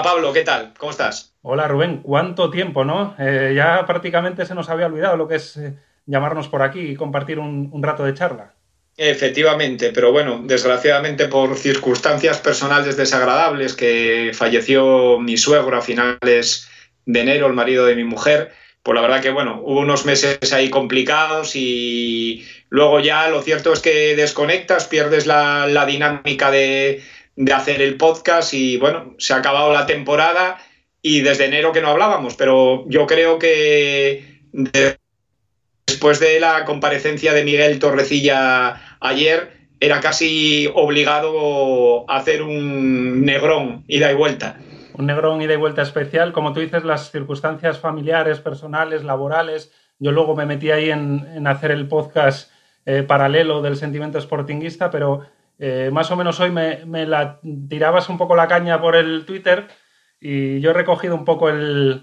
Pablo, ¿qué tal? ¿Cómo estás? Hola Rubén, ¿cuánto tiempo, no? Ya prácticamente se nos había olvidado lo que es llamarnos por aquí y compartir un rato de charla. Efectivamente, pero bueno, desgraciadamente por circunstancias personales desagradables, que falleció mi suegro a finales de enero, el marido de mi mujer, pues la verdad que bueno, hubo unos meses ahí complicados y luego ya lo cierto es que desconectas, pierdes la dinámica de hacer el podcast y bueno, se ha acabado la temporada y desde enero que no hablábamos, pero yo creo que después de la comparecencia de Miguel Torrecilla ayer, era casi obligado a hacer un negrón, ida y vuelta. Un negrón ida y vuelta especial, como tú dices, las circunstancias familiares, personales, laborales. Yo luego me metí ahí en hacer el podcast paralelo del sentimiento sportinguista, pero más o menos hoy me la tirabas un poco la caña por el Twitter y yo he recogido un poco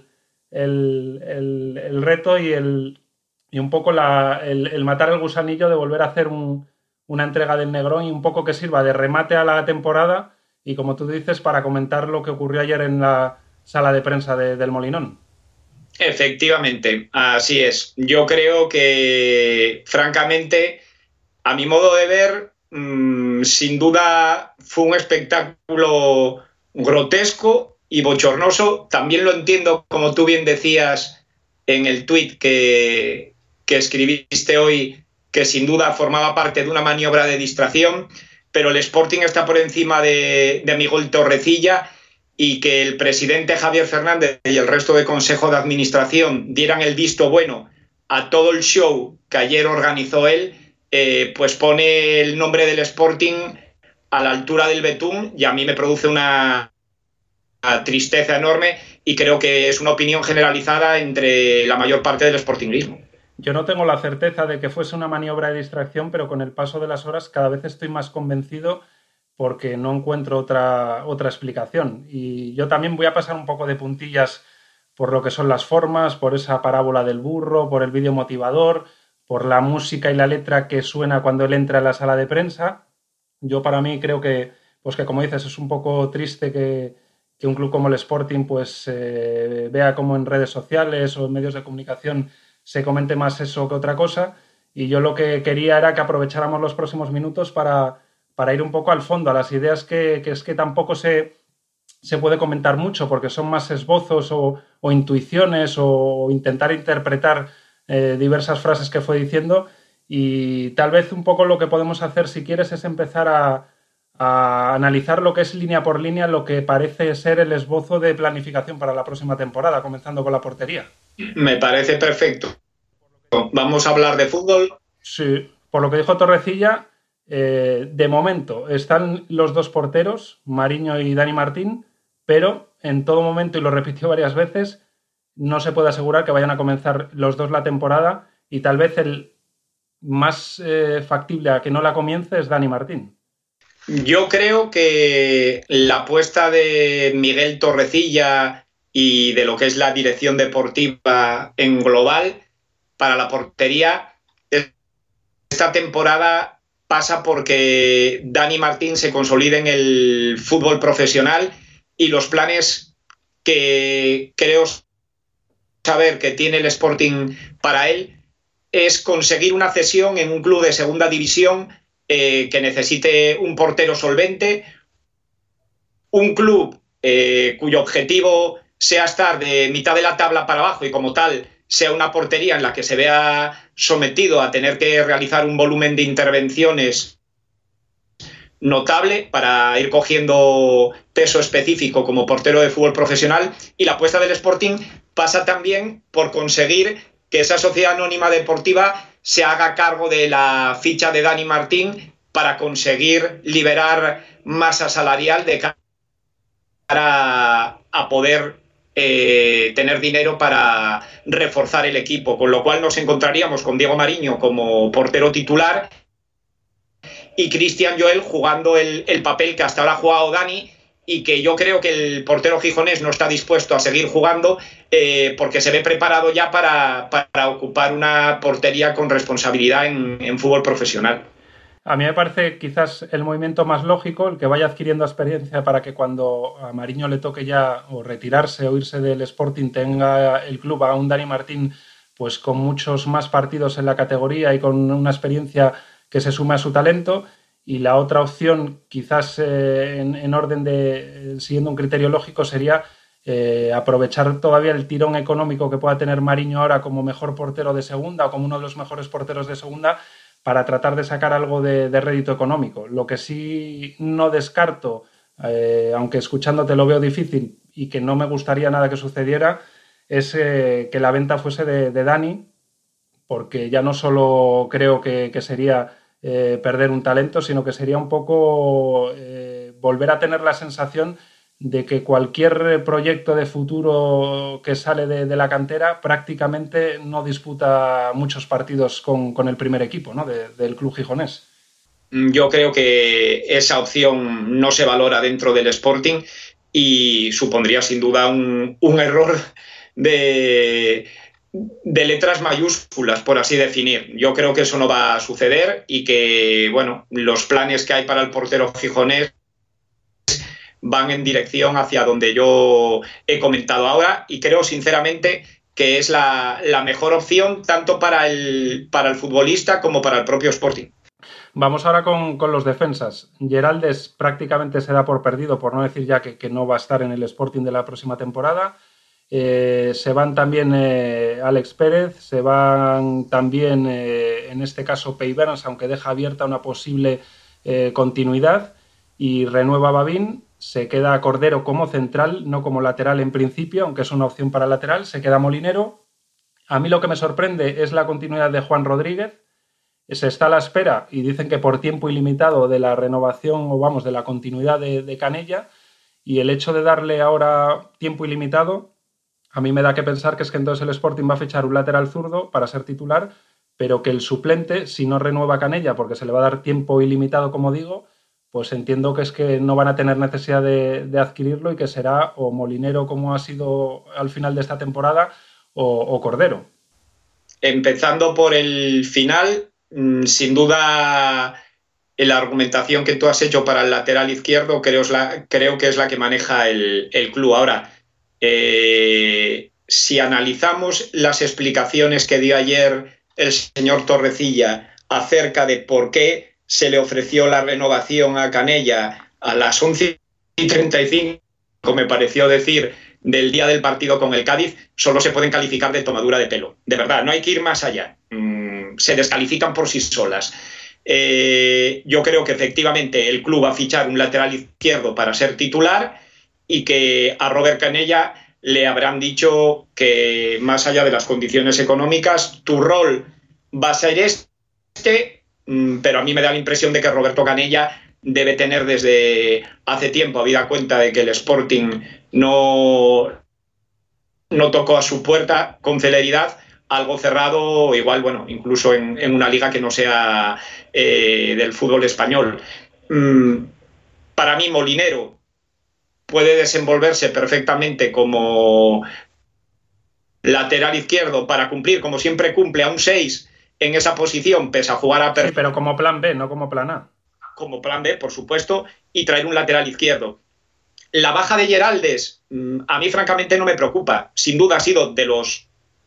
el reto y un poco el matar el gusanillo de volver a hacer una entrega del Negrón y un poco que sirva de remate a la temporada y, como tú dices, para comentar lo que ocurrió ayer en la sala de prensa del Molinón. Efectivamente, así es. Yo creo que, francamente, a mi modo de ver, sin duda fue un espectáculo grotesco y bochornoso. También lo entiendo, como tú bien decías en el tuit que escribiste hoy, que sin duda formaba parte de una maniobra de distracción, pero el Sporting está por encima de Miguel Torrecilla, y que el presidente Javier Fernández y el resto del Consejo de Administración dieran el visto bueno a todo el show que ayer organizó él, pues pone el nombre del Sporting a la altura del betún, y a mí me produce una tristeza enorme, y creo que es una opinión generalizada entre la mayor parte del sportingismo. Yo no tengo la certeza de que fuese una maniobra de distracción, pero con el paso de las horas cada vez estoy más convencido porque no encuentro otra explicación. Y yo también voy a pasar un poco de puntillas por lo que son las formas, por esa parábola del burro, por el vídeo motivador, por la música y la letra que suena cuando él entra a la sala de prensa. Yo para mí creo que, pues que como dices, es un poco triste que un club como el Sporting pues vea como en redes sociales o en medios de comunicación se comente más eso que otra cosa. Y yo lo que quería era que aprovecháramos los próximos minutos para ir un poco al fondo, a las ideas que es que tampoco se puede comentar mucho porque son más esbozos o intuiciones o intentar interpretar diversas frases que fue diciendo y tal vez un poco lo que podemos hacer si quieres es empezar a analizar lo que es línea por línea lo que parece ser el esbozo de planificación para la próxima temporada, comenzando con la portería. Me parece perfecto. Vamos a hablar de fútbol. Sí, por lo que dijo Torrecilla, de momento están los dos porteros, Mariño y Dani Martín, pero en todo momento, y lo repitió varias veces, no se puede asegurar que vayan a comenzar los dos la temporada y tal vez el más factible a que no la comience es Dani Martín. Yo creo que la apuesta de Miguel Torrecilla y de lo que es la dirección deportiva en global para la portería esta temporada pasa porque Dani Martín se consolide en el fútbol profesional, y los planes que creo saber que tiene el Sporting para él es conseguir una cesión en un club de segunda división, que necesite un portero solvente, un club cuyo objetivo sea estar de mitad de la tabla para abajo y como tal sea una portería en la que se vea sometido a tener que realizar un volumen de intervenciones notable para ir cogiendo peso específico como portero de fútbol profesional. Y la apuesta del Sporting pasa también por conseguir que esa sociedad anónima deportiva se haga cargo de la ficha de Dani Martín para conseguir liberar masa salarial de cara a poder tener dinero para reforzar el equipo, con lo cual nos encontraríamos con Diego Mariño como portero titular y Cristian Joel jugando el papel que hasta ahora ha jugado Dani, y que yo creo que el portero gijonés no está dispuesto a seguir jugando, porque se ve preparado ya para ocupar una portería con responsabilidad en fútbol profesional. A mí me parece quizás el movimiento más lógico, el que vaya adquiriendo experiencia para que cuando a Mariño le toque ya o retirarse o irse del Sporting tenga el club a un Dani Martín pues con muchos más partidos en la categoría y con una experiencia que se sume a su talento. Y la otra opción, quizás en orden de siguiendo un criterio lógico, sería aprovechar todavía el tirón económico que pueda tener Mariño ahora como mejor portero de segunda o como uno de los mejores porteros de segunda para tratar de sacar algo de rédito económico. Lo que sí no descarto, aunque escuchándote lo veo difícil y que no me gustaría nada que sucediera, es que la venta fuese de Dani, porque ya no solo creo que sería perder un talento, sino que sería un poco volver a tener la sensación de que cualquier proyecto de futuro que sale de la cantera prácticamente no disputa muchos partidos con el primer equipo, ¿no? del club gijonés. Yo creo que esa opción no se valora dentro del Sporting y supondría sin duda un error de letras mayúsculas, por así definir. Yo creo que eso no va a suceder y que, bueno, los planes que hay para el portero gijonés van en dirección hacia donde yo he comentado ahora y creo sinceramente que es la mejor opción tanto para el futbolista como para el propio Sporting. Vamos ahora con los defensas. Geraldes prácticamente se da por perdido, por no decir ya que no va a estar en el Sporting de la próxima temporada. Se van también Alex Pérez, se van también, en este caso, Peyberns, aunque deja abierta una posible continuidad, y renueva Babín. Se queda Cordero como central, no como lateral en principio, aunque es una opción para lateral. Se queda Molinero. A mí lo que me sorprende es la continuidad de Juan Rodríguez. Se está a la espera y dicen que por tiempo ilimitado de la renovación o vamos de la continuidad de Canella, y el hecho de darle ahora tiempo ilimitado a mí me da que pensar que es que entonces el Sporting va a fichar un lateral zurdo para ser titular, pero que el suplente, si no renueva Canella porque se le va a dar tiempo ilimitado, como digo, pues entiendo que es que no van a tener necesidad de adquirirlo y que será o Molinero, como ha sido al final de esta temporada, o Cordero. Empezando por el final, sin duda la argumentación que tú has hecho para el lateral izquierdo creo que es la que maneja el club. Ahora, si analizamos las explicaciones que dio ayer el señor Torrecilla acerca de por qué se le ofreció la renovación a Canella a las 11:35, me pareció decir, del día del partido con el Cádiz, solo se pueden calificar de tomadura de pelo. De verdad, no hay que ir más allá. Se descalifican por sí solas. Yo creo que efectivamente el club va a fichar un lateral izquierdo para ser titular y que a Robert Canella le habrán dicho que más allá de las condiciones económicas, tu rol va a ser este, pero a mí me da la impresión de que Roberto Canella debe tener desde hace tiempo, habida cuenta de que el Sporting no tocó a su puerta con celeridad, algo cerrado, igual, bueno, incluso en una liga que no sea del fútbol español. Para mí, Molinero puede desenvolverse perfectamente como lateral izquierdo para cumplir, como siempre cumple, a un 6 en esa posición, pese a jugar a... Sí, pero como plan B, no como plan A. Como plan B, por supuesto, y traer un lateral izquierdo. La baja de Geraldes, a mí francamente no me preocupa. Sin duda ha sido de los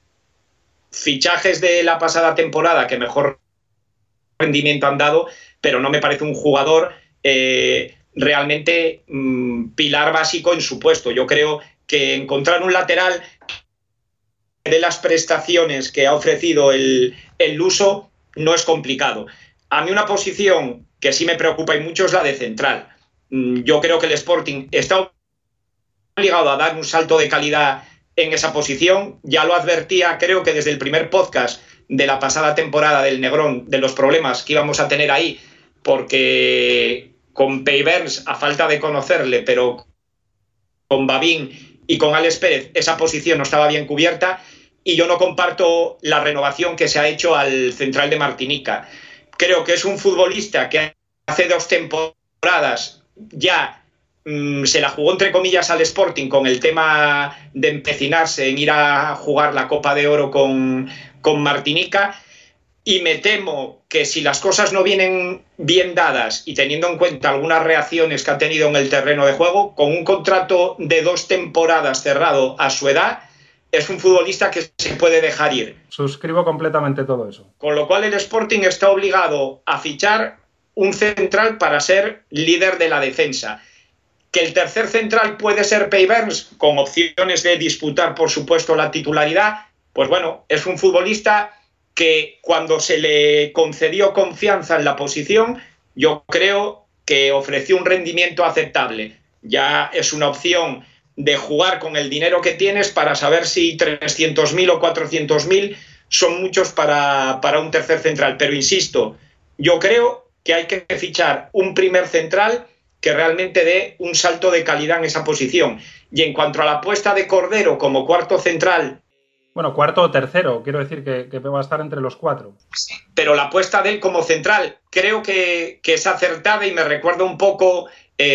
fichajes de la pasada temporada que mejor rendimiento han dado, pero no me parece un jugador realmente pilar básico en su puesto. Yo creo que encontrar un lateral de las prestaciones que ha ofrecido el luso no es complicado. A mí una posición que sí me preocupa y mucho es la de central. Yo creo que el Sporting está obligado a dar un salto de calidad en esa posición. Ya lo advertía, creo que desde el primer podcast de la pasada temporada del Negrón, de los problemas que íbamos a tener ahí, porque con Peyberns, a falta de conocerle, pero con Babín y con Alex Pérez, esa posición no estaba bien cubierta, y yo no comparto la renovación que se ha hecho al central de Martinica. Creo que es un futbolista que hace 2 temporadas ya se la jugó entre comillas al Sporting con el tema de empecinarse en ir a jugar la Copa de Oro con Martinica. y me temo que si las cosas no vienen bien dadas y teniendo en cuenta algunas reacciones que ha tenido en el terreno de juego, con un contrato de 2 temporadas cerrado a su edad, es un futbolista que se puede dejar ir. Suscribo completamente todo eso. Con lo cual el Sporting está obligado a fichar un central para ser líder de la defensa. Que el tercer central puede ser Pei Burns, con opciones de disputar, por supuesto, la titularidad, pues bueno, es un futbolista que cuando se le concedió confianza en la posición, yo creo que ofreció un rendimiento aceptable. Ya es una opción de jugar con el dinero que tienes para saber si 300.000 o 400.000 son muchos para un tercer central. Pero insisto, yo creo que hay que fichar un primer central que realmente dé un salto de calidad en esa posición. Y en cuanto a la apuesta de Cordero como cuarto central... Bueno, cuarto o tercero, quiero decir que va a estar entre los 4. Sí, pero la apuesta de él como central creo que es acertada y me recuerda un poco,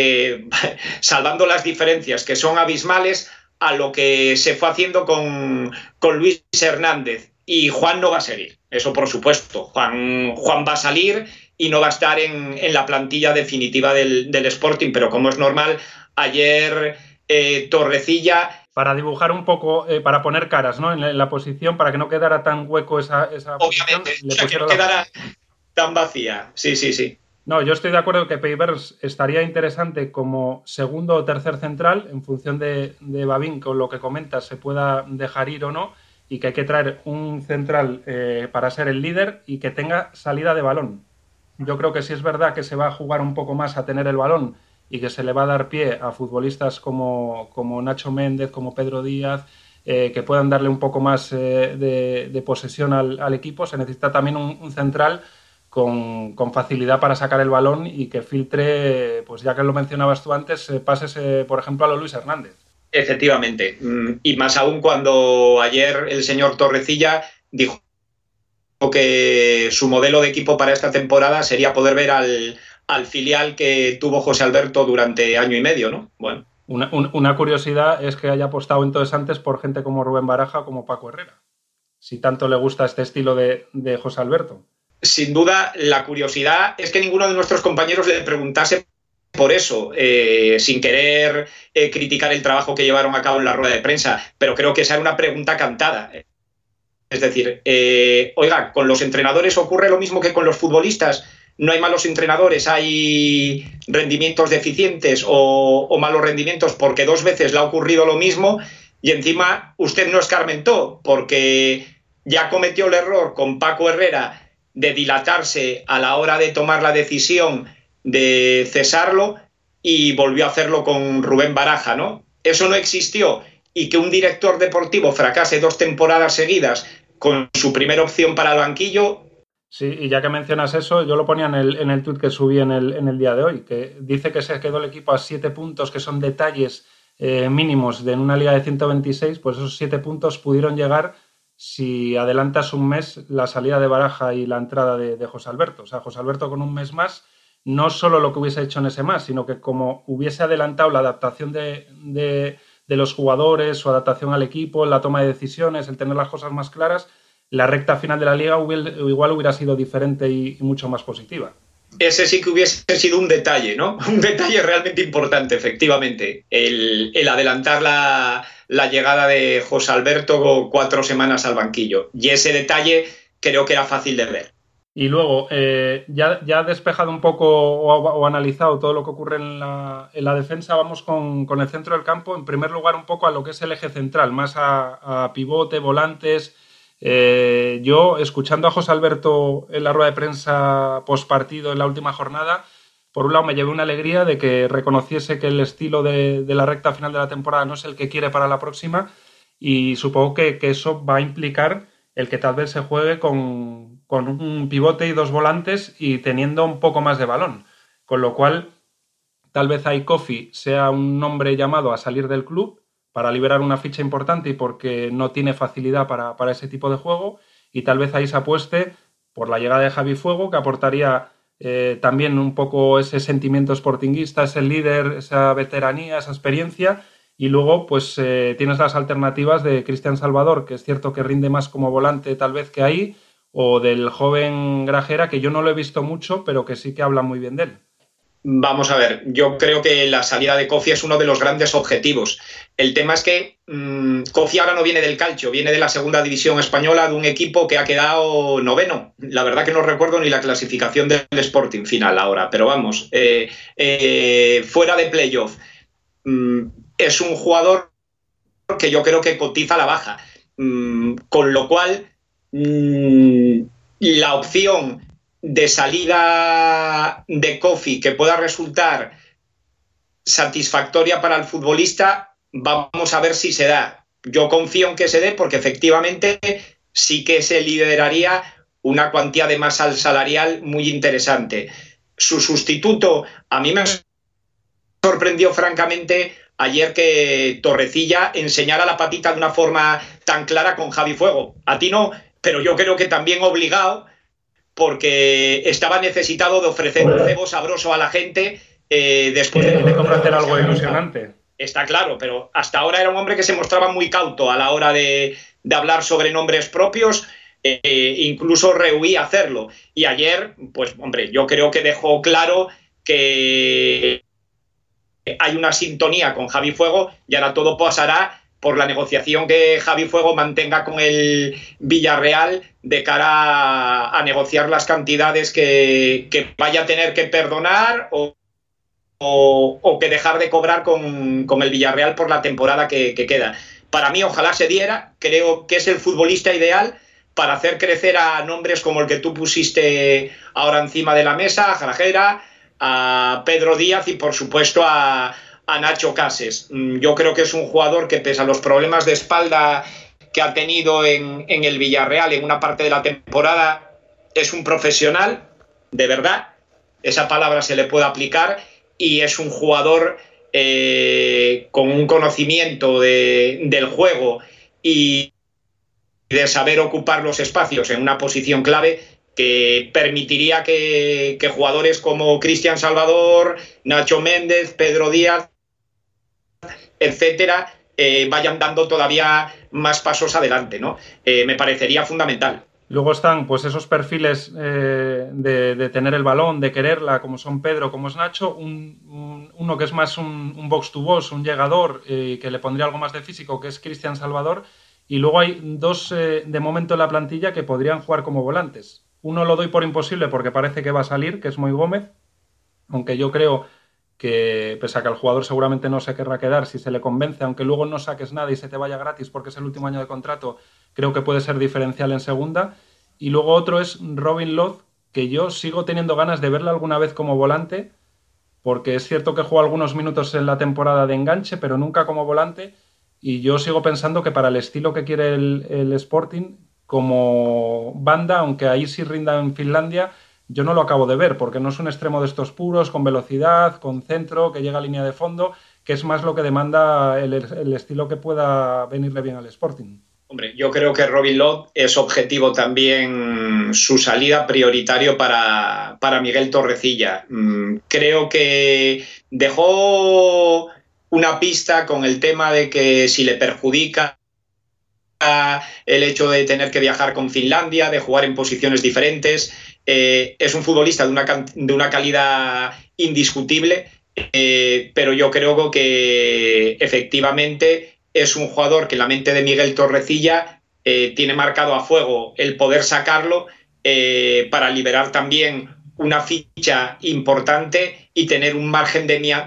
salvando las diferencias que son abismales, a lo que se fue haciendo con Luis Hernández. Y Juan no va a salir, eso por supuesto. Juan va a salir y no va a estar en la plantilla definitiva del Sporting, pero como es normal, ayer Torrecilla... Para dibujar un poco, para poner caras, ¿no? En la posición, para que no quedara tan hueco esa obviamente, posición. O sea, que no quedara tan vacía. Sí. No, yo estoy de acuerdo que Pei Burns estaría interesante como segundo o tercer central, en función de Babín, con lo que comentas, se pueda dejar ir o no, y que hay que traer un central para ser el líder y que tenga salida de balón. Yo creo que sí es verdad que se va a jugar un poco más a tener el balón y que se le va a dar pie a futbolistas como Nacho Méndez, como Pedro Díaz, que puedan darle un poco más de posesión al equipo. Se necesita también un central con facilidad para sacar el balón y que filtre, pues ya que lo mencionabas tú antes, pases, por ejemplo, a lo Luis Hernández. Efectivamente, y más aún cuando ayer el señor Torrecilla dijo que su modelo de equipo para esta temporada sería poder ver al filial que tuvo José Alberto durante año y medio, ¿no? Bueno. Una curiosidad es que haya apostado entonces antes por gente como Rubén Baraja o como Paco Herrera, si tanto le gusta este estilo de José Alberto. Sin duda, la curiosidad es que ninguno de nuestros compañeros le preguntase por eso, sin querer criticar el trabajo que llevaron a cabo en la rueda de prensa, pero creo que esa era una pregunta cantada. Es decir, oiga, con los entrenadores ocurre lo mismo que con los futbolistas. No hay malos entrenadores, hay rendimientos deficientes o malos rendimientos, porque 2 veces le ha ocurrido lo mismo y encima usted no escarmentó, porque ya cometió el error con Paco Herrera de dilatarse a la hora de tomar la decisión de cesarlo y volvió a hacerlo con Rubén Baraja, ¿no? Eso no existió, y que un director deportivo fracase 2 temporadas seguidas con su primera opción para el banquillo. Sí, y ya que mencionas eso, yo lo ponía en el tuit que subí en el día de hoy, que dice que se quedó el equipo a 7 puntos, que son detalles mínimos en una liga de 126, pues esos 7 puntos pudieron llegar si adelantas un mes la salida de Baraja y la entrada de José Alberto. O sea, José Alberto con un mes más, no solo lo que hubiese hecho en ese mes, sino que como hubiese adelantado la adaptación de los jugadores, su adaptación al equipo, la toma de decisiones, el tener las cosas más claras, la recta final de la liga igual hubiera sido diferente y mucho más positiva. Ese sí que hubiese sido un detalle, ¿no? Un detalle realmente importante, efectivamente. El adelantar la llegada de José Alberto 4 semanas al banquillo. Y ese detalle creo que era fácil de ver. Y luego, ya despejado un poco o analizado todo lo que ocurre en la defensa, vamos con el centro del campo. En primer lugar, un poco a lo que es el eje central, más a pivote, volantes. Yo, escuchando a José Alberto en la rueda de prensa postpartido en la última jornada, por un lado me llevé una alegría de que reconociese que el estilo de la recta final de la temporada no es el que quiere para la próxima, y supongo que eso va a implicar el que tal vez se juegue con un pivote y 2 volantes y teniendo un poco más de balón, con lo cual tal vez ahí Kofi sea un nombre llamado a salir del club para liberar una ficha importante y porque no tiene facilidad para ese tipo de juego, y tal vez ahí se apueste por la llegada de Javi Fuego, que aportaría también un poco ese sentimiento sportinguista, ese líder, esa veteranía, esa experiencia, y luego pues tienes las alternativas de Cristian Salvador, que es cierto que rinde más como volante tal vez que ahí, o del joven Grajera, que yo no lo he visto mucho, pero que sí que hablan muy bien de él. Vamos a ver, yo creo que la salida de Kofi es uno de los grandes objetivos. El tema es que Kofi ahora no viene del Calcio, viene de la segunda división española, de un equipo que ha quedado noveno. La verdad que no recuerdo ni la clasificación del Sporting final ahora, pero vamos, fuera de playoff. Es un jugador que yo creo que cotiza a la baja. Con lo cual, la opción de salida de Kofi que pueda resultar satisfactoria para el futbolista, vamos a ver si se da. Yo confío en que se dé porque efectivamente sí que se liberaría una cuantía de masa salarial muy interesante. Su sustituto, a mí me sorprendió francamente ayer que Torrecilla enseñara la patita de una forma tan clara con Javi Fuego. A ti no, pero yo creo que también obligado, porque estaba necesitado de ofrecer un cebo sabroso a la gente después de... Tiene que ofrecer algo ilusionante. Está claro, pero hasta ahora era un hombre que se mostraba muy cauto a la hora de hablar sobre nombres propios, incluso rehuía hacerlo. Y ayer, pues hombre, yo creo que dejó claro que hay una sintonía con Javi Fuego y ahora todo pasará por la negociación que Javi Fuego mantenga con el Villarreal de cara a negociar las cantidades que vaya a tener que perdonar o que dejar de cobrar con el Villarreal por la temporada que queda. Para mí, ojalá se diera. Creo que es el futbolista ideal para hacer crecer a nombres como el que tú pusiste ahora encima de la mesa, a Grajera, a Pedro Díaz y, por supuesto, a Nacho Cases. Yo creo que es un jugador que, pese a los problemas de espalda que ha tenido en el Villarreal en una parte de la temporada, es un profesional, de verdad, esa palabra se le puede aplicar, y es un jugador con un conocimiento del juego y de saber ocupar los espacios en una posición clave que permitiría que jugadores como Cristian Salvador, Nacho Méndez, Pedro Díaz, etcétera, vayan dando todavía más pasos adelante, ¿no? Me parecería fundamental. Luego están pues esos perfiles de tener el balón, de quererla, como son Pedro, como es Nacho, uno que es más un box to box, un llegador, que le pondría algo más de físico, que es Cristian Salvador, y luego hay dos de momento en la plantilla que podrían jugar como volantes. Uno lo doy por imposible porque parece que va a salir, que es Moi Gómez, aunque yo creo que, pese a que el jugador seguramente no se querrá quedar, si se le convence, aunque luego no saques nada y se te vaya gratis porque es el último año de contrato, creo que puede ser diferencial en segunda. Y luego otro es Robin Lod, que yo sigo teniendo ganas de verle alguna vez como volante, porque es cierto que jugó algunos minutos en la temporada de enganche, pero nunca como volante, y yo sigo pensando que para el estilo que quiere el Sporting, como banda, aunque ahí sí rinda en Finlandia, yo no lo acabo de ver, porque no es un extremo de estos puros, con velocidad, con centro, que llega a línea de fondo, que es más lo que demanda el estilo que pueda venirle bien al Sporting. Hombre, yo creo que Robin Lod es objetivo también su salida prioritario para Miguel Torrecilla. Creo que dejó una pista con el tema de que si le perjudica el hecho de tener que viajar con Finlandia, de jugar en posiciones diferentes. Es un futbolista de una calidad indiscutible, pero yo creo que efectivamente es un jugador que en la mente de Miguel Torrecilla tiene marcado a fuego el poder sacarlo para liberar también una ficha importante y tener un margen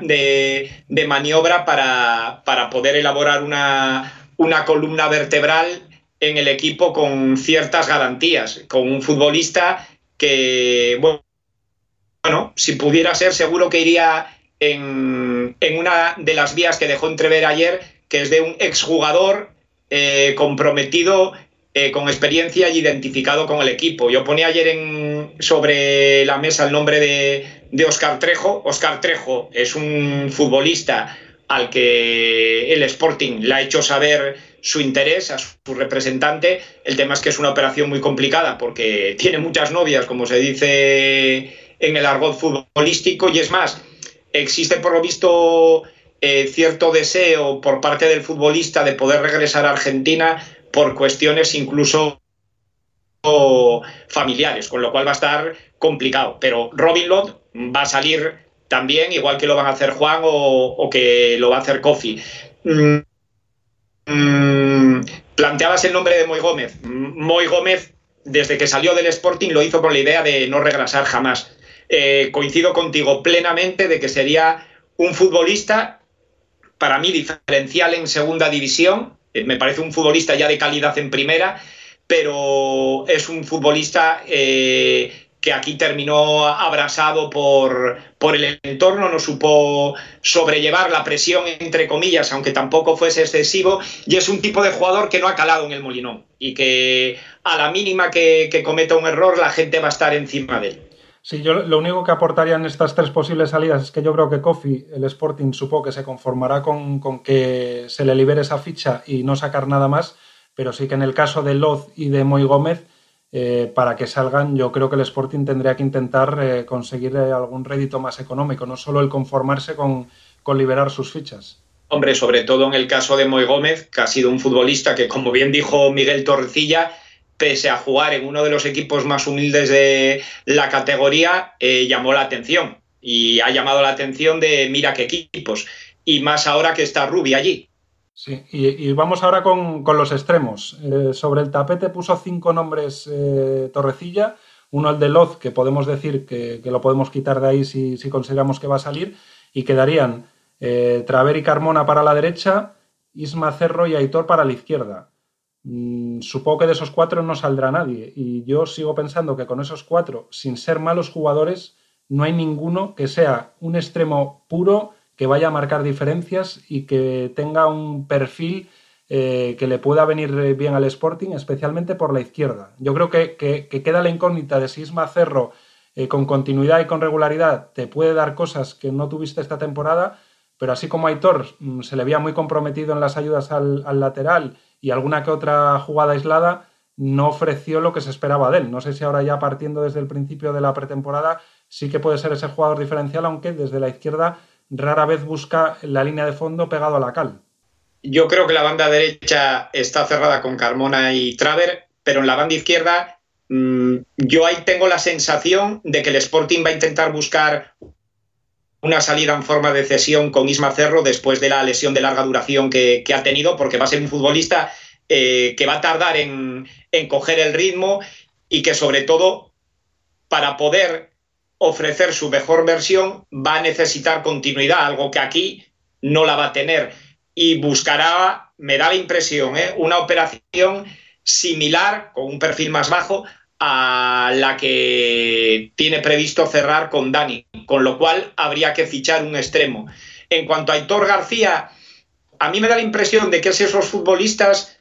de maniobra para poder elaborar una columna vertebral en el equipo con ciertas garantías, con un futbolista que, bueno, si pudiera ser, seguro que iría en una de las vías que dejó entrever ayer, que es de un exjugador comprometido, con experiencia y identificado con el equipo. Yo ponía ayer sobre la mesa el nombre de Óscar Trejo. Óscar Trejo es un futbolista al que el Sporting le ha hecho saber su interés a su representante. El tema es que es una operación muy complicada porque tiene muchas novias, como se dice en el argot futbolístico, y es más, existe por lo visto cierto deseo por parte del futbolista de poder regresar a Argentina por cuestiones incluso familiares, con lo cual va a estar complicado. Pero Robin Lod va a salir también, igual que lo van a hacer Juan o que lo va a hacer Kofi. Planteabas el nombre de Moi Gómez. Moi Gómez, desde que salió del Sporting, lo hizo con la idea de no regresar jamás. Coincido contigo plenamente de que sería un futbolista, para mí, diferencial en segunda división. Me parece un futbolista ya de calidad en primera, pero es un futbolista que aquí terminó abrasado por el entorno, no supo sobrellevar la presión, entre comillas, aunque tampoco fuese excesivo, y es un tipo de jugador que no ha calado en el Molinón y que a la mínima que cometa un error la gente va a estar encima de él. Sí, yo lo único que aportaría en estas tres posibles salidas es que yo creo que Kofi, el Sporting, supo que se conformará con que se le libere esa ficha y no sacar nada más, pero sí que en el caso de Loz y de Moi Gómez, para que salgan, yo creo que el Sporting tendría que intentar conseguir algún rédito más económico, no solo el conformarse con liberar sus fichas. Hombre, sobre todo en el caso de Moi Gómez, que ha sido un futbolista que, como bien dijo Miguel Torrecilla, pese a jugar en uno de los equipos más humildes de la categoría, llamó la atención. Y ha llamado la atención de mira qué equipos. Y más ahora que está Rubi allí. Sí, y vamos ahora con los extremos. Sobre el tapete puso 5 nombres Torrecilla. Uno el de Loz, que podemos decir que lo podemos quitar de ahí si consideramos que va a salir. Y quedarían Traver y Carmona para la derecha, Isma Cerro y Aitor para la izquierda. Supongo que de esos 4 no saldrá nadie y yo sigo pensando que con esos 4, sin ser malos jugadores, no hay ninguno que sea un extremo puro, que vaya a marcar diferencias y que tenga un perfil que le pueda venir bien al Sporting, especialmente por la izquierda. Yo creo que queda la incógnita de si Isma Cerro con continuidad y con regularidad te puede dar cosas que no tuviste esta temporada, pero así como Aitor se le veía muy comprometido en las ayudas al lateral y alguna que otra jugada aislada, no ofreció lo que se esperaba de él. No sé si ahora ya partiendo desde el principio de la pretemporada sí que puede ser ese jugador diferencial, aunque desde la izquierda rara vez busca la línea de fondo pegado a la cal. Yo creo que la banda derecha está cerrada con Carmona y Traver, pero en la banda izquierda yo ahí tengo la sensación de que el Sporting va a intentar buscar una salida en forma de cesión con Isma Cerro después de la lesión de larga duración que ha tenido, porque va a ser un futbolista que va a tardar en coger el ritmo y que, sobre todo, para poder ofrecer su mejor versión va a necesitar continuidad, algo que aquí no la va a tener, y buscará, me da la impresión, una operación similar, con un perfil más bajo, a la que tiene previsto cerrar con Dani, con lo cual habría que fichar un extremo. En cuanto a Aitor García, a mí me da la impresión de que es esos futbolistas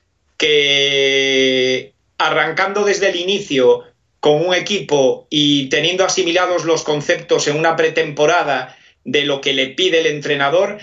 que, arrancando desde el inicio con un equipo y teniendo asimilados los conceptos en una pretemporada de lo que le pide el entrenador,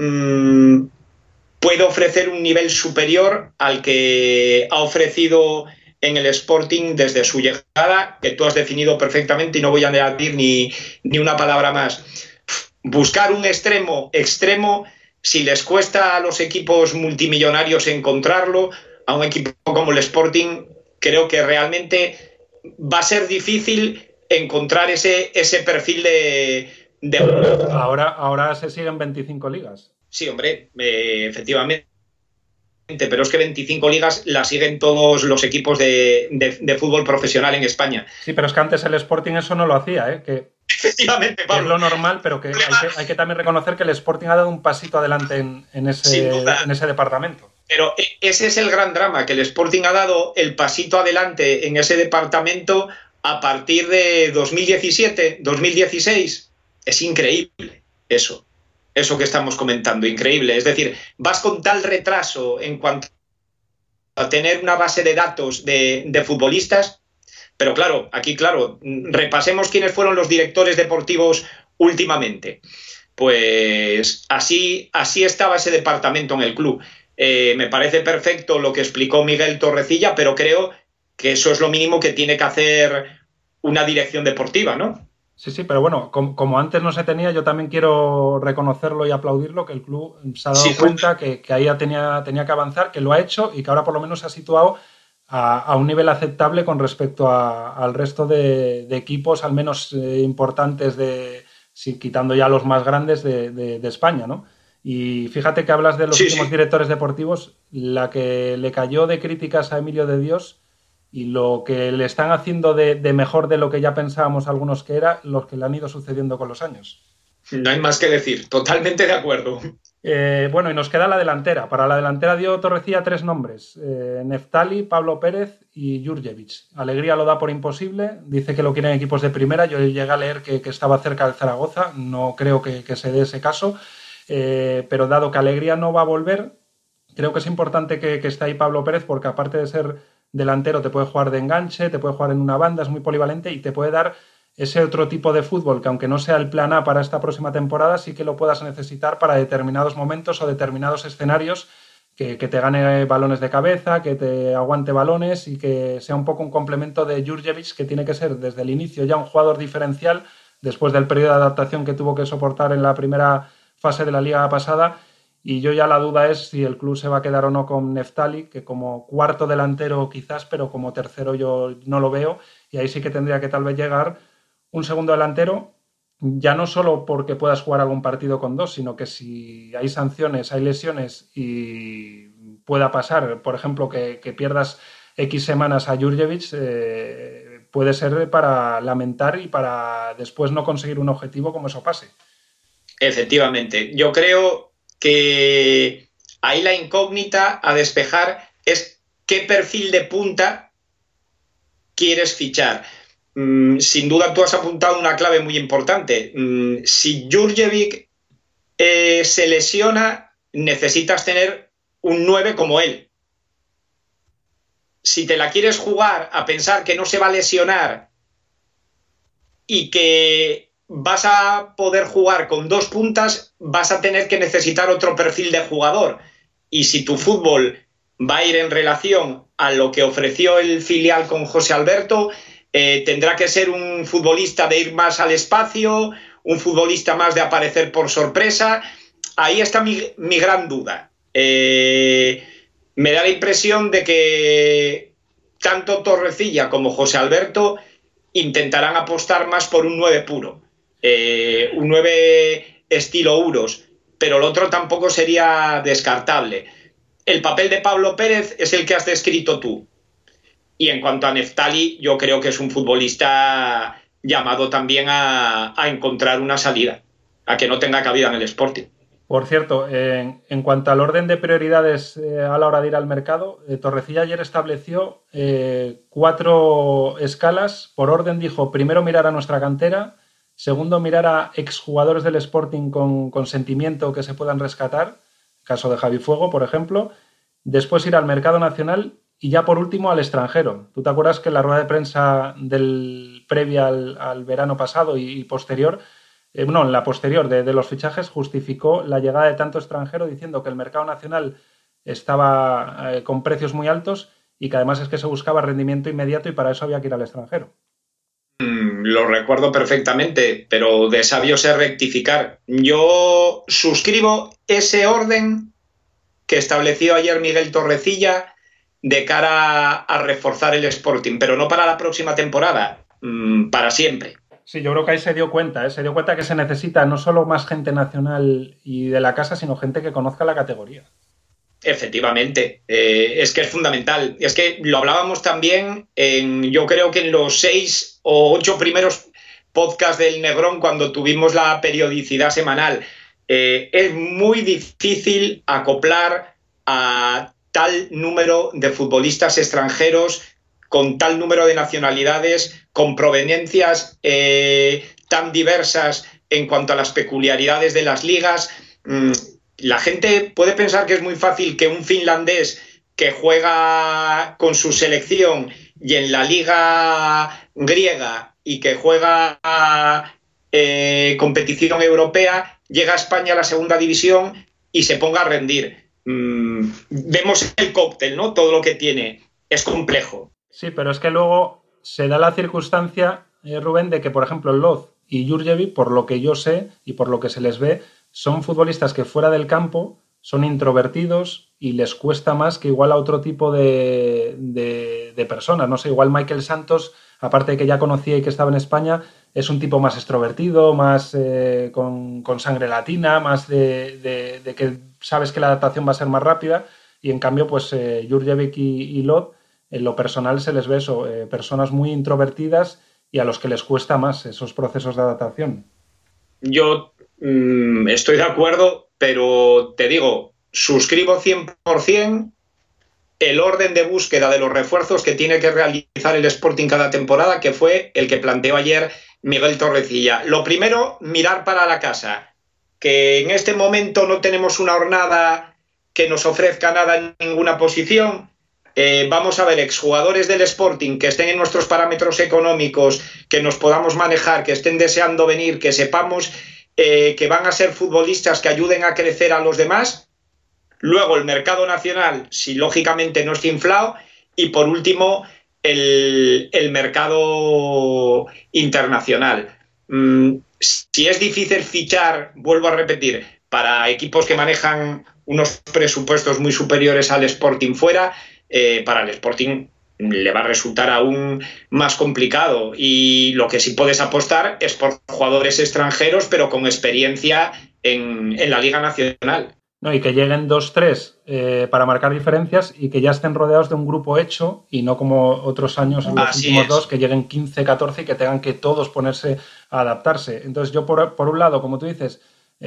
puede ofrecer un nivel superior al que ha ofrecido en el Sporting desde su llegada, que tú has definido perfectamente y no voy a añadir ni una palabra más. Buscar un extremo, si les cuesta a los equipos multimillonarios encontrarlo, a un equipo como el Sporting, creo que realmente va a ser difícil encontrar ese perfil de... Ahora se siguen 25 ligas. Sí, hombre, efectivamente. Pero es que 25 ligas las siguen todos los equipos de fútbol profesional en España. Sí, pero es que antes el Sporting eso no lo hacía, que efectivamente, Pablo. Es lo normal, pero que hay que también reconocer que el Sporting ha dado un pasito adelante en ese departamento. Pero ese es el gran drama, que el Sporting ha dado el pasito adelante en ese departamento a partir de 2017, 2016. Es increíble eso que estamos comentando, increíble. Es decir, vas con tal retraso en cuanto a tener una base de datos de futbolistas, pero claro, aquí, repasemos quiénes fueron los directores deportivos últimamente. Pues así estaba ese departamento en el club. Me parece perfecto lo que explicó Miguel Torrecilla, pero creo que eso es lo mínimo que tiene que hacer una dirección deportiva, ¿no? Sí, pero bueno, como antes no se tenía, yo también quiero reconocerlo y aplaudirlo, que el club se ha dado cuenta que ahí tenía que avanzar, que lo ha hecho y que ahora por lo menos se ha situado a un nivel aceptable con respecto al resto de equipos, al menos importantes, quitando ya los más grandes de España, ¿no? Y fíjate que hablas de los últimos directores deportivos, la que le cayó de críticas a Emilio de Dios y lo que le están haciendo de mejor de lo que ya pensábamos algunos que era, los que le han ido sucediendo con los años. No hay más que decir, totalmente de acuerdo. Bueno, y nos queda la delantera. Para la delantera dio Torrecilla 3 nombres: Neftali, Pablo Pérez y Jurjevic. Alegría lo da por imposible, dice que lo quieren equipos de primera. Yo llegué a leer que estaba cerca del Zaragoza, no creo que se dé ese caso, pero dado que Alegría no va a volver, creo que es importante que esté ahí Pablo Pérez, porque aparte de ser delantero te puede jugar de enganche, te puede jugar en una banda, es muy polivalente y te puede dar ese otro tipo de fútbol que, aunque no sea el plan A para esta próxima temporada, sí que lo puedas necesitar para determinados momentos o determinados escenarios, que te gane balones de cabeza, que te aguante balones y que sea un poco un complemento de Jurjevic, que tiene que ser desde el inicio ya un jugador diferencial después del periodo de adaptación que tuvo que soportar en la primera fase de la liga pasada. Y yo ya la duda es si el club se va a quedar o no con Neftali, que como cuarto delantero quizás, pero como tercero yo no lo veo, y ahí sí que tendría que tal vez llegar un segundo delantero, ya no solo porque puedas jugar algún partido con dos, sino que si hay sanciones, hay lesiones y pueda pasar, por ejemplo, que pierdas X semanas a Jurjevic, puede ser para lamentar y para después no conseguir un objetivo como eso pase. Efectivamente, yo creo que ahí la incógnita a despejar es qué perfil de punta quieres fichar. Sin duda tú has apuntado una clave muy importante. Si Jurjevic se lesiona, necesitas tener un 9 como él. Si te la quieres jugar a pensar que no se va a lesionar y que vas a poder jugar con dos puntas, vas a tener que necesitar otro perfil de jugador. Y si tu fútbol va a ir en relación a lo que ofreció el filial con José Alberto, tendrá que ser un futbolista de ir más al espacio, un futbolista más de aparecer por sorpresa. Ahí está mi gran duda. Me da la impresión de que tanto Torrecilla como José Alberto intentarán apostar más por un 9 puro, un 9 estilo Uros, pero el otro tampoco sería descartable. El papel de Pablo Pérez es el que has descrito tú. Y en cuanto a Neftali, yo creo que es un futbolista llamado también a encontrar una salida, a que no tenga cabida en el Sporting. Por cierto, en cuanto al orden de prioridades a la hora de ir al mercado, Torrecilla ayer estableció 4 escalas. Por orden dijo: primero mirar a nuestra cantera, segundo mirar a exjugadores del Sporting con sentimiento que se puedan rescatar, caso de Javi Fuego, por ejemplo, después ir al mercado nacional y ya por último al extranjero. ¿Tú te acuerdas que en la rueda de prensa previa al verano pasado y posterior, en la posterior de los fichajes, justificó la llegada de tanto extranjero diciendo que el mercado nacional estaba con precios muy altos y que además es que se buscaba rendimiento inmediato y para eso había que ir al extranjero? Lo recuerdo perfectamente, pero de sabio sé rectificar. Yo suscribo ese orden que estableció ayer Miguel Torrecilla de cara a reforzar el Sporting, pero no para la próxima temporada, para siempre. Sí, yo creo que ahí se dio cuenta que se necesita no solo más gente nacional y de la casa, sino gente que conozca la categoría. Efectivamente, es que es fundamental. Es que lo hablábamos también yo creo que en los 6 o 8 primeros podcasts del Negrón, cuando tuvimos la periodicidad semanal. Es muy difícil acoplar a tal número de futbolistas extranjeros con tal número de nacionalidades, con proveniencias tan diversas en cuanto a las peculiaridades de las ligas. La gente puede pensar que es muy fácil que un finlandés que juega con su selección y en la liga griega y que juega competición europea, llega a España a la segunda división y se ponga a rendir. Vemos el cóctel, ¿no? Todo lo que tiene. Es complejo. Sí, pero es que luego se da la circunstancia, Rubén, de que, por ejemplo, Loz y Jurjevic, por lo que yo sé y por lo que se les ve, son futbolistas que fuera del campo son introvertidos y les cuesta más que igual a otro tipo de personas. No sé, igual Michael Santos, aparte de que ya conocía y que estaba en España, es un tipo más extrovertido, más con sangre latina, más de que sabes que la adaptación va a ser más rápida, y en cambio, pues Jurjevic y Lot, en lo personal se les ve eso, personas muy introvertidas y a los que les cuesta más esos procesos de adaptación. Yo estoy de acuerdo, pero te digo, suscribo 100% el orden de búsqueda de los refuerzos que tiene que realizar el Sporting cada temporada, que fue el que planteó ayer Miguel Torrecilla. Lo primero, mirar para la casa, que en este momento no tenemos una jornada que nos ofrezca nada en ninguna posición. Vamos a ver exjugadores del Sporting que estén en nuestros parámetros económicos, que nos podamos manejar, que estén deseando venir, que sepamos que van a ser futbolistas que ayuden a crecer a los demás. Luego el mercado nacional, si lógicamente no está inflado. Y por último, el mercado internacional. Si es difícil fichar, vuelvo a repetir, para equipos que manejan unos presupuestos muy superiores al Sporting fuera, para el Sporting le va a resultar aún más complicado. Y lo que sí puedes apostar es por jugadores extranjeros, pero con experiencia en la Liga Nacional. No, y que lleguen 2-3 para marcar diferencias y que ya estén rodeados de un grupo hecho y no como otros años en los Así últimos es. dos, que lleguen 15, 14 y que tengan que todos ponerse a adaptarse. Entonces yo por un lado, como tú dices,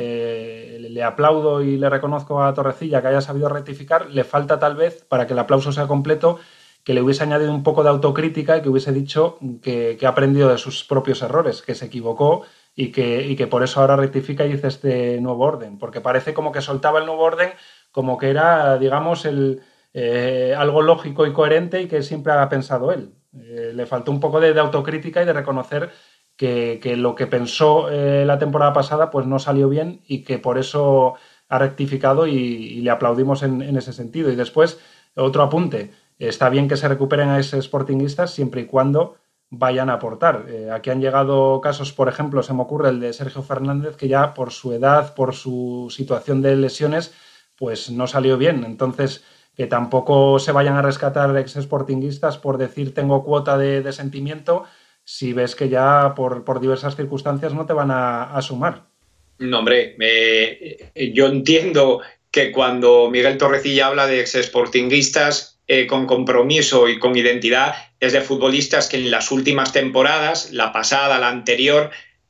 le aplaudo y le reconozco a Torrecilla que haya sabido rectificar. Le falta tal vez, para que el aplauso sea completo, que le hubiese añadido un poco de autocrítica y que hubiese dicho que ha aprendido de sus propios errores, que se equivocó y que por eso ahora rectifica y dice este nuevo orden, porque parece como que soltaba el nuevo orden como que era, digamos, algo lógico y coherente y que siempre ha pensado él. Le faltó un poco de autocrítica y de reconocer que lo que pensó la temporada pasada pues no salió bien y que por eso ha rectificado y le aplaudimos en ese sentido. Y después, otro apunte, está bien que se recuperen a esos sportinguistas siempre y cuando vayan a aportar. Aquí han llegado casos, por ejemplo, se me ocurre el de Sergio Fernández, que ya por su edad, por su situación de lesiones, pues no salió bien. Entonces, que tampoco se vayan a rescatar ex sportinguistas por decir tengo cuota de sentimiento, si ves que ya por diversas circunstancias no te van a sumar. No, hombre, yo entiendo que cuando Miguel Torrecilla habla de ex-sportinguistas con compromiso y con identidad, es de futbolistas que en las últimas temporadas, la pasada, la anterior,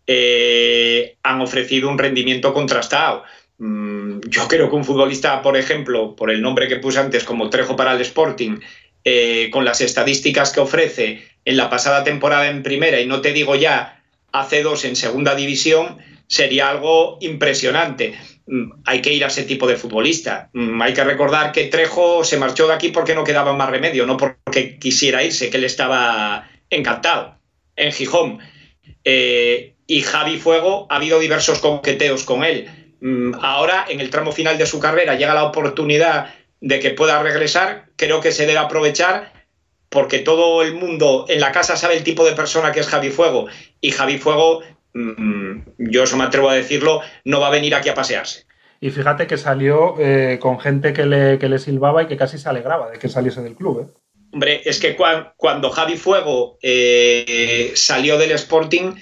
han ofrecido un rendimiento contrastado. Yo creo que un futbolista, por ejemplo, por el nombre que puse antes, como Trejo para el Sporting, con las estadísticas que ofrece en la pasada temporada en primera, y no te digo ya hace 2 en segunda división, sería algo impresionante. Hay que ir a ese tipo de futbolista. Hay que recordar que Trejo se marchó de aquí porque no quedaba más remedio, no porque quisiera irse, que él estaba encantado en Gijón. Y Javi Fuego, ha habido diversos coqueteos con él. Ahora, en el tramo final de su carrera, llega la oportunidad de que pueda regresar. Creo que se debe aprovechar porque todo el mundo en la casa sabe el tipo de persona que es Javi Fuego. Y Javi Fuego, yo eso me atrevo a decirlo, no va a venir aquí a pasearse. Y fíjate que salió con gente que le silbaba y que casi se alegraba de que saliese del club, ¿eh? Hombre, es que cuando Javi Fuego salió del Sporting,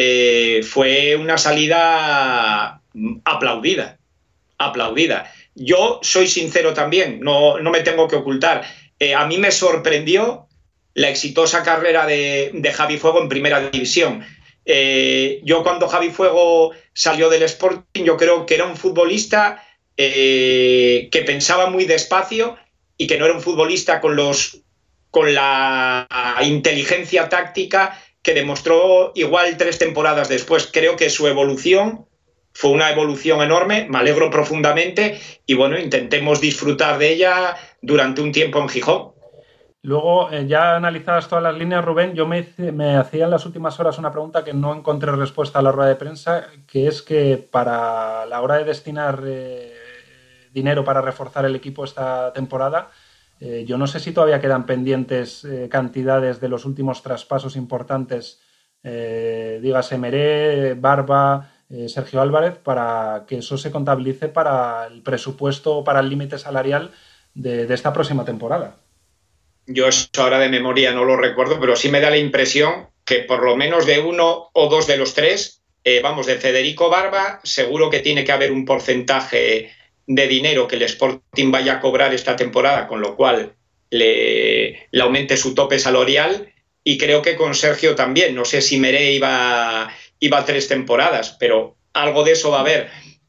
fue una salida aplaudida, aplaudida. Yo soy sincero también, no me tengo que ocultar. A mí me sorprendió la exitosa carrera de Javi Fuego en primera división. Yo cuando Javi Fuego salió del Sporting, yo creo que era un futbolista que pensaba muy despacio y que no era un futbolista con la inteligencia táctica que demostró igual 3 temporadas después. Creo que su evolución fue una evolución enorme, me alegro profundamente y bueno, intentemos disfrutar de ella durante un tiempo en Gijón. Luego, ya analizadas todas las líneas, Rubén, yo me hacía en las últimas horas una pregunta que no encontré respuesta a la rueda de prensa, que es que para la hora de destinar dinero para reforzar el equipo esta temporada, yo no sé si todavía quedan pendientes cantidades de los últimos traspasos importantes, dígase Meré, Barba, Sergio Álvarez, para que eso se contabilice para el presupuesto o para el límite salarial de esta próxima temporada. Yo eso ahora de memoria no lo recuerdo, pero sí me da la impresión que por lo menos de uno o dos de los tres, vamos, de Federico Barba, seguro que tiene que haber un porcentaje de dinero que el Sporting vaya a cobrar esta temporada, con lo cual le aumente su tope salarial, y creo que con Sergio también. No sé si Meré iba 3 temporadas, pero algo de eso va a haber.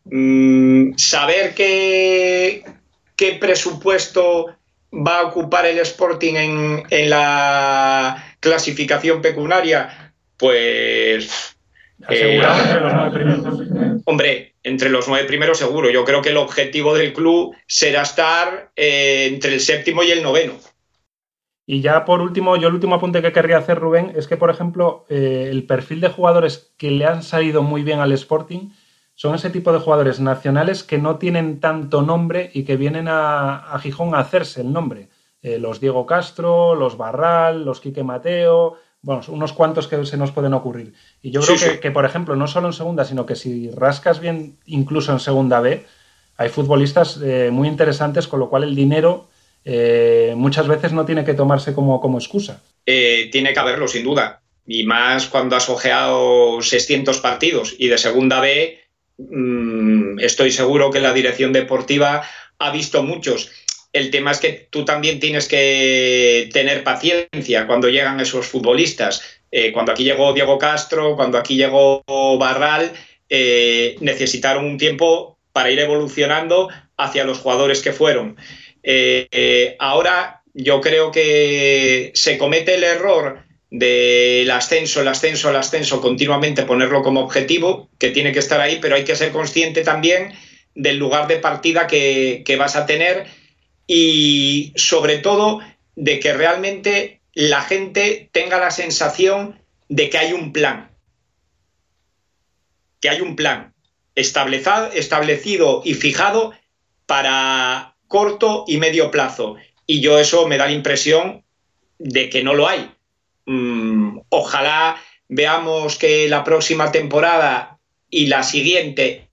Saber qué presupuesto va a ocupar el Sporting en la clasificación pecuniaria, pues... Asegurado entre los 9 primeros. Hombre, entre los 9 primeros seguro. Yo creo que el objetivo del club será estar entre el 7º y el 9º. Y ya por último, yo el último apunte que querría hacer, Rubén, es que, por ejemplo, el perfil de jugadores que le han salido muy bien al Sporting son ese tipo de jugadores nacionales que no tienen tanto nombre y que vienen a Gijón a hacerse el nombre. Los Diego Castro, los Barral, los Quique Mateo, bueno, unos cuantos que se nos pueden ocurrir. Y yo creo que, por ejemplo, no solo en segunda, sino que si rascas bien incluso en segunda B, hay futbolistas muy interesantes, con lo cual el dinero muchas veces no tiene que tomarse como excusa. Tiene que haberlo, sin duda. Y más cuando has ojeado 600 partidos y de segunda B, estoy seguro que la dirección deportiva ha visto muchos. El tema es que tú también tienes que tener paciencia cuando llegan esos futbolistas. Cuando aquí llegó Diego Castro, cuando aquí llegó Barral, necesitaron un tiempo para ir evolucionando hacia los jugadores que fueron. Ahora yo creo que se comete el error del ascenso, continuamente ponerlo como objetivo, que tiene que estar ahí, pero hay que ser consciente también del lugar de partida que vas a tener, y sobre todo de que realmente la gente tenga la sensación de que hay un plan. Que hay un plan establecido y fijado para corto y medio plazo. Y yo eso me da la impresión de que no lo hay. Ojalá veamos que la próxima temporada y la siguiente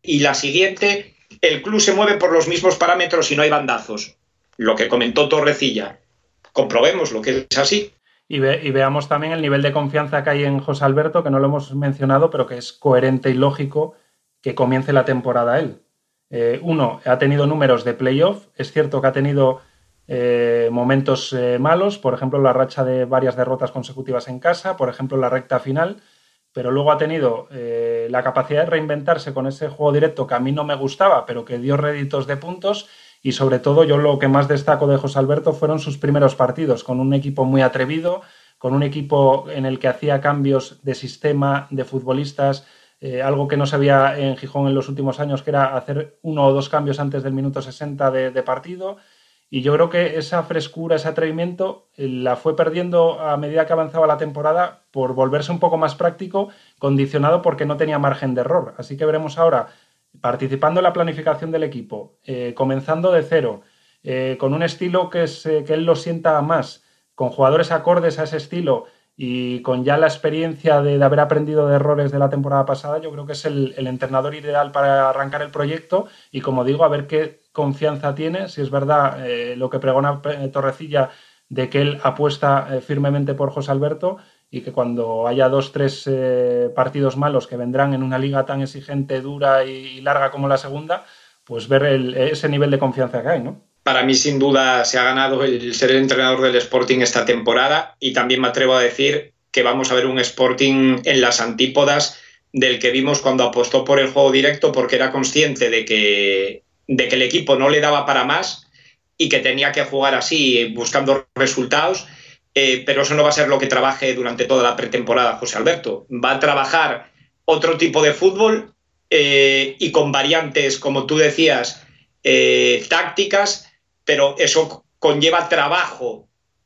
el club se mueve por los mismos parámetros y no hay bandazos. Lo que comentó Torrecilla. Comprobemos lo que es así. Y veamos también el nivel de confianza que hay en José Alberto, que no lo hemos mencionado, pero que es coherente y lógico que comience la temporada él. Uno, ha tenido números de playoff. Es cierto que ha tenido momentos malos, por ejemplo, la racha de varias derrotas consecutivas en casa, por ejemplo, la recta final, pero luego ha tenido la capacidad de reinventarse con ese juego directo que a mí no me gustaba, pero que dio réditos de puntos. Y sobre todo yo lo que más destaco de José Alberto fueron sus primeros partidos, con un equipo muy atrevido, con un equipo en el que hacía cambios de sistema, de futbolistas, algo que no se había en Gijón en los últimos años, que era hacer 1 o 2 cambios antes del minuto 60 de partido. Y yo creo que esa frescura, ese atrevimiento, la fue perdiendo a medida que avanzaba la temporada por volverse un poco más práctico, condicionado porque no tenía margen de error. Así que veremos ahora, participando en la planificación del equipo, comenzando de cero, con un estilo que él lo sienta más, con jugadores acordes a ese estilo y con ya la experiencia de haber aprendido de errores de la temporada pasada, yo creo que es el entrenador ideal para arrancar el proyecto. Y como digo, a ver qué confianza tiene, si es verdad lo que pregona Torrecilla, de que él apuesta firmemente por José Alberto, y que cuando haya 2-3 partidos malos que vendrán en una liga tan exigente, dura y larga como la segunda, pues ver ese nivel de confianza que hay, ¿no? Para mí, sin duda, se ha ganado el ser el entrenador del Sporting esta temporada, y también me atrevo a decir que vamos a ver un Sporting en las antípodas del que vimos cuando apostó por el juego directo, porque era consciente de que el equipo no le daba para más y que tenía que jugar así, buscando resultados. Pero eso no va a ser lo que trabaje durante toda la pretemporada José Alberto. Va a trabajar otro tipo de fútbol, y con variantes, como tú decías, tácticas, pero eso conlleva trabajo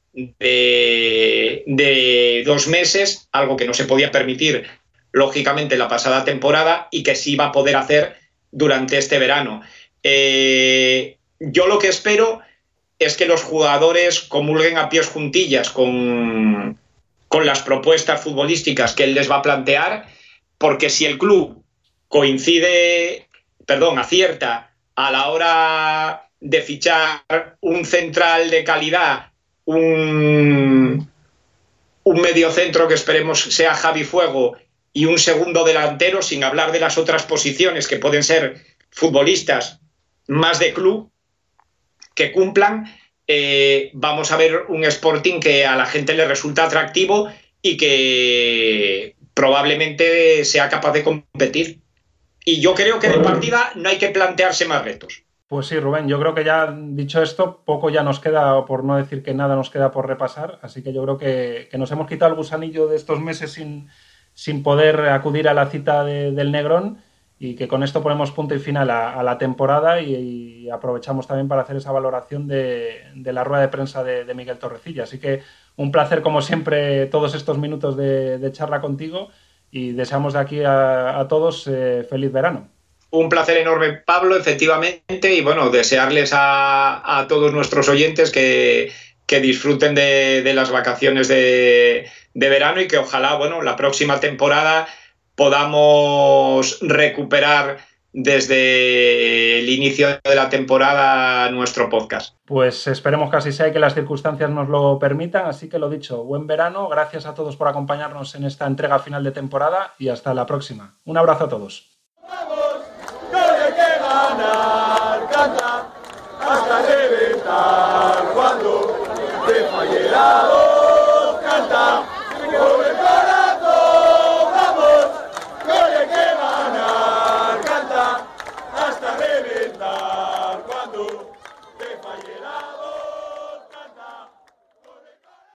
de 2 meses, algo que no se podía permitir, lógicamente, la pasada temporada, y que sí va a poder hacer durante este verano. Yo lo que espero es que los jugadores comulguen a pies juntillas con las propuestas futbolísticas que él les va a plantear, porque si el club acierta a la hora de fichar un central de calidad, un mediocentro que esperemos sea Javi Fuego y un segundo delantero, sin hablar de las otras posiciones que pueden ser futbolistas más de club, que cumplan, vamos a ver un Sporting que a la gente le resulta atractivo y que probablemente sea capaz de competir. Y yo creo que de partida no hay que plantearse más retos. Pues sí, Rubén, yo creo que ya dicho esto, poco ya nos queda, por no decir que nada nos queda por repasar, así que yo creo que nos hemos quitado el gusanillo de estos meses sin poder acudir a la cita del Negrón, y que con esto ponemos punto y final a la temporada y aprovechamos también para hacer esa valoración de la rueda de prensa de Miguel Torrecilla. Así que un placer, como siempre, todos estos minutos de charla contigo, y deseamos de aquí a todos feliz verano. Un placer enorme, Pablo, efectivamente, y bueno, desearles a todos nuestros oyentes que disfruten de las vacaciones de verano, y que ojalá, bueno, la próxima temporada podamos recuperar desde el inicio de la temporada nuestro podcast. Pues esperemos que así sea y que las circunstancias nos lo permitan. Así que lo dicho, buen verano, gracias a todos por acompañarnos en esta entrega final de temporada y hasta la próxima. Un abrazo a todos. ¡Vamos! ¡Que hay que ganar!